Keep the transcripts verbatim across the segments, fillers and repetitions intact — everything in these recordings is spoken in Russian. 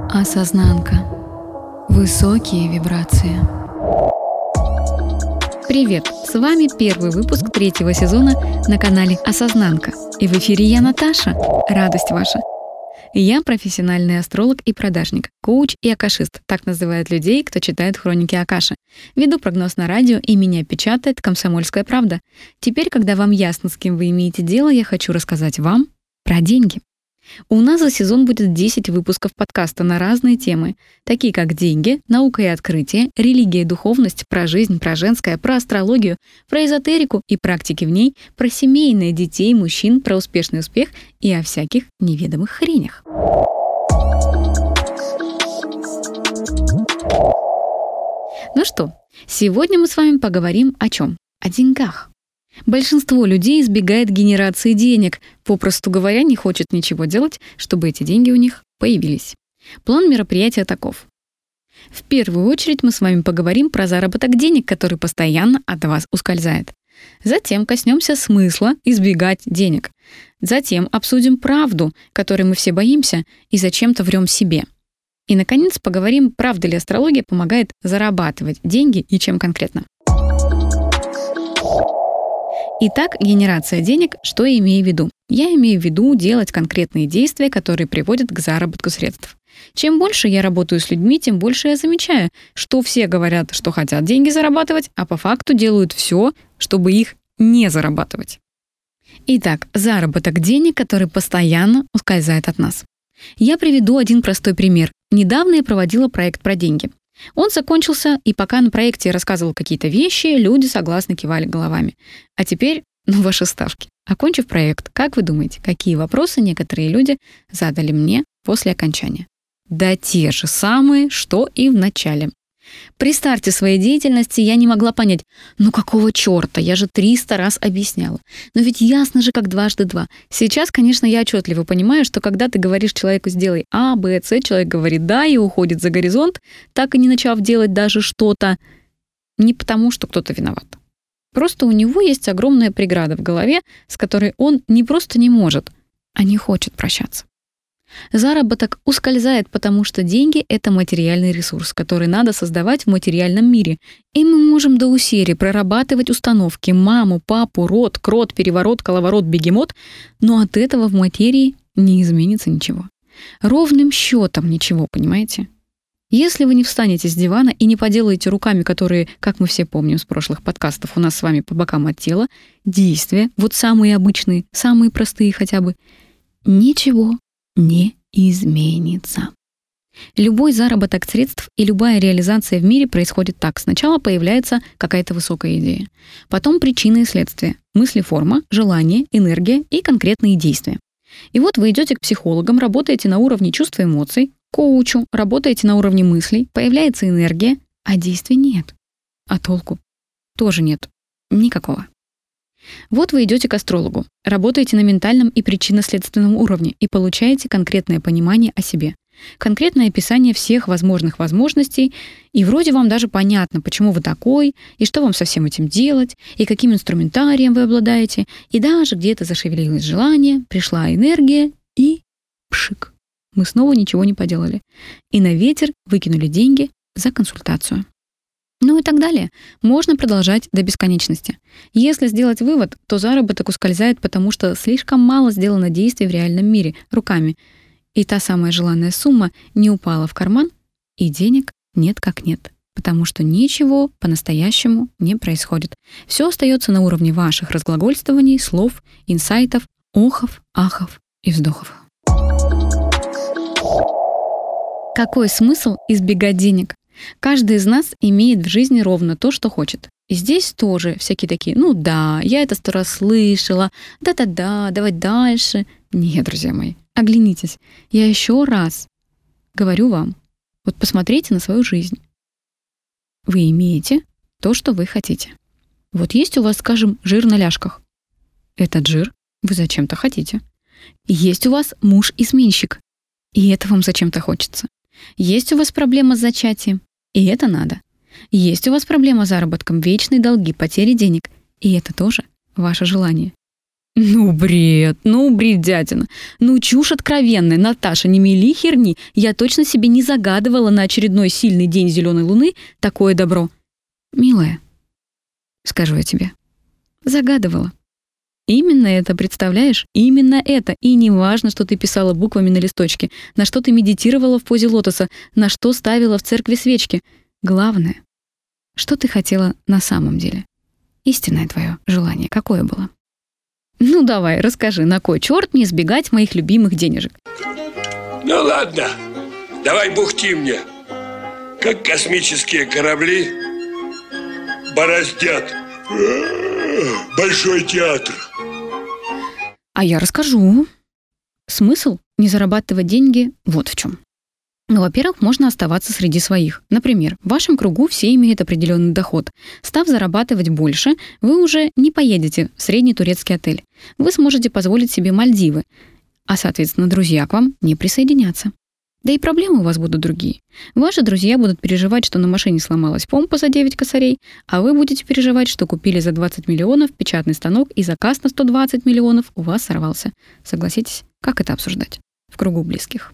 Осознанка. Высокие вибрации. Привет! С вами первый выпуск третьего сезона на канале Осознанка. И в эфире я, Наташа. Радость ваша. Я профессиональный астролог и продажник, коуч и акашист. Так называют людей, кто читает хроники Акаши. Веду прогноз на радио, и меня печатает «Комсомольская правда». Теперь, когда вам ясно, с кем вы имеете дело, я хочу рассказать вам про деньги. У нас за сезон будет десять выпусков подкаста на разные темы, такие как деньги, наука и открытие, религия и духовность, про жизнь, про женское, про астрологию, про эзотерику и практики в ней, про семейное, детей, мужчин, про успешный успех и о всяких неведомых хренях. Ну что, сегодня мы с вами поговорим о чем? О деньгах. Большинство людей избегает генерации денег, попросту говоря, не хочет ничего делать, чтобы эти деньги у них появились. План мероприятия таков. В первую очередь мы с вами поговорим про заработок денег, который постоянно от вас ускользает. Затем коснемся смысла избегать денег. Затем обсудим правду, которой мы все боимся и зачем-то врем себе. И, наконец, поговорим, правда ли астрология помогает зарабатывать деньги и чем конкретно. Итак, генерация денег, что я имею в виду? Я имею в виду делать конкретные действия, которые приводят к заработку средств. Чем больше я работаю с людьми, тем больше я замечаю, что все говорят, что хотят деньги зарабатывать, а по факту делают все, чтобы их не зарабатывать. Итак, заработок денег, который постоянно ускользает от нас. Я приведу один простой пример. Недавно я проводила проект про деньги. Он закончился, и пока на проекте я рассказывал какие-то вещи, люди согласно кивали головами. А теперь, ну, ваши ставки. Окончив проект, как вы думаете, какие вопросы некоторые люди задали мне после окончания? Да те же самые, что и в начале. При старте своей деятельности я не могла понять, ну какого черта, я же триста раз объясняла. Но ведь ясно же, как дважды два. Сейчас, конечно, я отчетливо понимаю, что когда ты говоришь человеку «сделай А, Б, С», человек говорит «да» и уходит за горизонт, так и не начав делать даже что-то, не потому, что кто-то виноват. Просто у него есть огромная преграда в голове, с которой он не просто не может, а не хочет прощаться. Заработок ускользает, потому что деньги — это материальный ресурс, который надо создавать в материальном мире. И мы можем до усери прорабатывать установки маму, папу, род, крот, переворот, коловорот, бегемот, но от этого в материи не изменится ничего. Ровным счетом ничего, понимаете? Если вы не встанете с дивана и не поделаете руками, которые, как мы все помним с прошлых подкастов, у нас с вами по бокам от тела, действия, вот самые обычные, самые простые хотя бы, ничего не изменится. Любой заработок средств и любая реализация в мире происходит так. Сначала появляется какая-то высокая идея, потом причины и следствия, мысли-форма, желание, энергия и конкретные действия. И вот вы идете к психологам, работаете на уровне чувств и эмоций, коучу, работаете на уровне мыслей, появляется энергия, а действий нет. А толку тоже нет. Никакого. Вот вы идете к астрологу, работаете на ментальном и причинно-следственном уровне и получаете конкретное понимание о себе, конкретное описание всех возможных возможностей, и вроде вам даже понятно, почему вы такой, и что вам со всем этим делать, и каким инструментарием вы обладаете, и даже где-то зашевелилось желание, пришла энергия, и пшик. Мы снова ничего не поделали. И на ветер выкинули деньги за консультацию. Ну и так далее. Можно продолжать до бесконечности. Если сделать вывод, то заработок ускользает, потому что слишком мало сделано действий в реальном мире руками. И та самая желанная сумма не упала в карман, и денег нет как нет. Потому что ничего по-настоящему не происходит. Все остается на уровне ваших разглагольствований, слов, инсайтов, охов, ахов и вздохов. Какой смысл избегать денег? Каждый из нас имеет в жизни ровно то, что хочет. И здесь тоже всякие такие, ну да, я это сто раз слышала, да-да-да, давай дальше. Нет, друзья мои, оглянитесь. Я еще раз говорю вам, вот посмотрите на свою жизнь. Вы имеете то, что вы хотите. Вот есть у вас, скажем, жир на ляжках. Этот жир вы зачем-то хотите. Есть у вас муж-изменщик, и это вам зачем-то хочется. Есть у вас проблема с зачатием, и это надо. Есть у вас проблема с заработком, вечные долги, потери денег, и это тоже ваше желание. Ну, бред, ну, бредятина. Ну, чушь откровенная. Наташа, не мели херни. Я точно себе не загадывала на очередной сильный день зеленой луны такое добро. Милая, скажу я тебе, загадывала. Именно это, представляешь? Именно это. И не важно, что ты писала буквами на листочке, на что ты медитировала в позе лотоса, на что ставила в церкви свечки. Главное, что ты хотела на самом деле. Истинное твое желание какое было? Ну давай, расскажи, на кой черт мне избегать моих любимых денежек? Ну ладно, давай бухти мне. Как космические корабли бороздят Большой театр. А я расскажу. Смысл не зарабатывать деньги вот в чем. Ну, во-первых, можно оставаться среди своих. Например, в вашем кругу все имеют определенный доход. Став зарабатывать больше, вы уже не поедете в средний турецкий отель. Вы сможете позволить себе Мальдивы, а, соответственно, друзья к вам не присоединятся. Да и проблемы у вас будут другие. Ваши друзья будут переживать, что на машине сломалась помпа за девять косарей, а вы будете переживать, что купили за двадцать миллионов печатный станок и заказ на сто двадцать миллионов у вас сорвался. Согласитесь, как это обсуждать в кругу близких?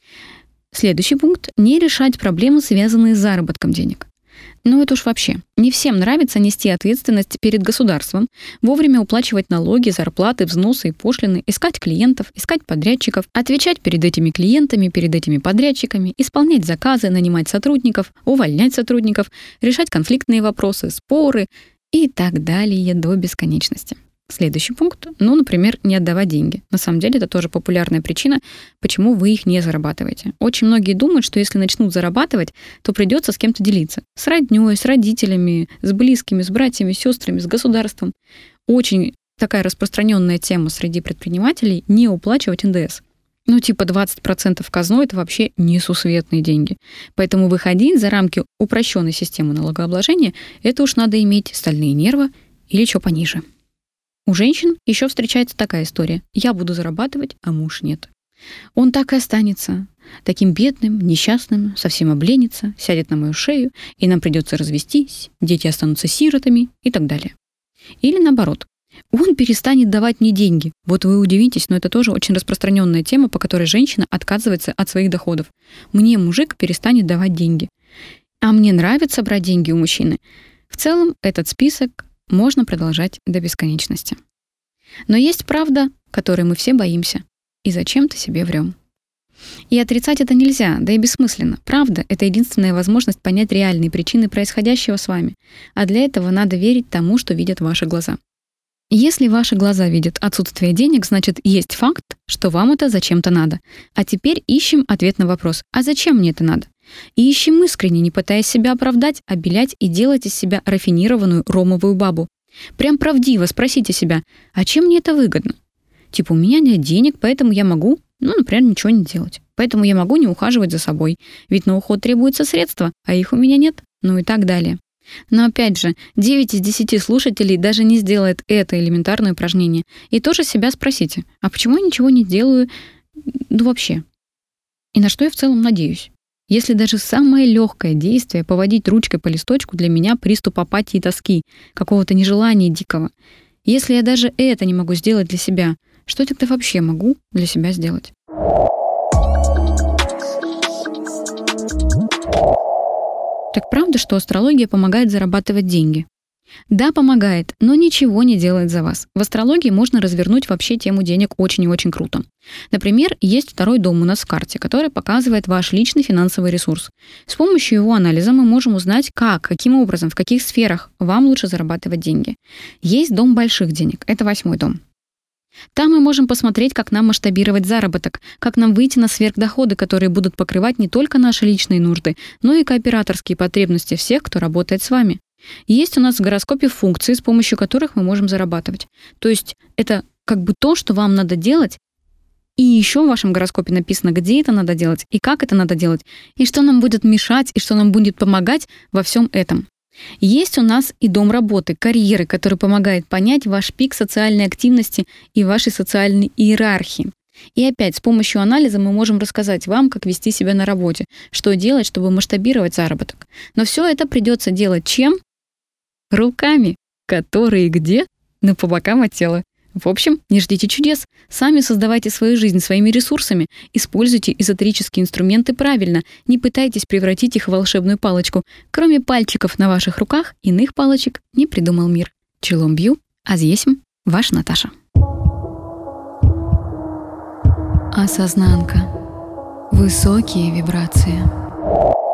Следующий пункт – не решать проблемы, связанные с заработком денег. Ну это уж вообще. Не всем нравится нести ответственность перед государством, вовремя уплачивать налоги, зарплаты, взносы и пошлины, искать клиентов, искать подрядчиков, отвечать перед этими клиентами, перед этими подрядчиками, исполнять заказы, нанимать сотрудников, увольнять сотрудников, решать конфликтные вопросы, споры и так далее до бесконечности. Следующий пункт, ну, например, не отдавать деньги. На самом деле это тоже популярная причина, почему вы их не зарабатываете. Очень многие думают, что если начнут зарабатывать, то придется с кем-то делиться. С роднёй, с родителями, с близкими, с братьями, с сестрами, с государством. Очень такая распространенная тема среди предпринимателей — не уплачивать эн дэ эс. Ну, типа двадцать процентов в казну — это вообще несусветные деньги. Поэтому выходить за рамки упрощенной системы налогообложения — это уж надо иметь стальные нервы или что пониже. У женщин еще встречается такая история. Я буду зарабатывать, а муж нет. Он так и останется таким бедным, несчастным, совсем обленится, сядет на мою шею, и нам придется развестись, дети останутся сиротами и так далее. Или наоборот. Он перестанет давать мне деньги. Вот вы удивитесь, но это тоже очень распространенная тема, по которой женщина отказывается от своих доходов. Мне мужик перестанет давать деньги. А мне нравится брать деньги у мужчины. В целом этот список можно продолжать до бесконечности. Но есть правда, которой мы все боимся, и зачем-то себе врем. И отрицать это нельзя, да и бессмысленно. Правда — это единственная возможность понять реальные причины происходящего с вами, а для этого надо верить тому, что видят ваши глаза. Если ваши глаза видят отсутствие денег, значит, есть факт, что вам это зачем-то надо. А теперь ищем ответ на вопрос: а зачем мне это надо? И ищем искренне, не пытаясь себя оправдать, обелять и делать из себя рафинированную ромовую бабу. Прям правдиво спросите себя: а чем мне это выгодно? Типа, у меня нет денег, поэтому я могу, ну, например, ничего не делать. Поэтому я могу не ухаживать за собой, ведь на уход требуются средства, а их у меня нет, ну и так далее. Но опять же, девять из десяти слушателей даже не сделает это элементарное упражнение. И тоже себя спросите: а почему я ничего не делаю, ну вообще? И на что я в целом надеюсь? Если даже самое легкое действие — поводить ручкой по листочку — для меня приступ апатии и тоски, какого-то нежелания дикого. Если я даже это не могу сделать для себя, что я тогда вообще могу для себя сделать? Так правда, что астрология помогает зарабатывать деньги? Да, помогает, но ничего не делает за вас. В астрологии можно развернуть вообще тему денег очень и очень круто. Например, есть второй дом у нас в карте, который показывает ваш личный финансовый ресурс. С помощью его анализа мы можем узнать, как, каким образом, в каких сферах вам лучше зарабатывать деньги. Есть дом больших денег, это восьмой дом. Там мы можем посмотреть, как нам масштабировать заработок, как нам выйти на сверхдоходы, которые будут покрывать не только наши личные нужды, но и кооператорские потребности всех, кто работает с вами. Есть у нас в гороскопе функции, с помощью которых мы можем зарабатывать. То есть это как бы то, что вам надо делать, и еще в вашем гороскопе написано, где это надо делать, и как это надо делать, и что нам будет мешать, и что нам будет помогать во всем этом. Есть у нас и дом работы, карьеры, который помогает понять ваш пик социальной активности и вашей социальной иерархии. И опять, с помощью анализа мы можем рассказать вам, как вести себя на работе, что делать, чтобы масштабировать заработок. Но все это придется делать чем? Руками, которые где? Ну, по бокам от тела. В общем, не ждите чудес. Сами создавайте свою жизнь своими ресурсами. Используйте эзотерические инструменты правильно. Не пытайтесь превратить их в волшебную палочку. Кроме пальчиков на ваших руках, иных палочек не придумал мир. Челом бью, азъесим, ваша Наташа. Осознанка. Высокие вибрации.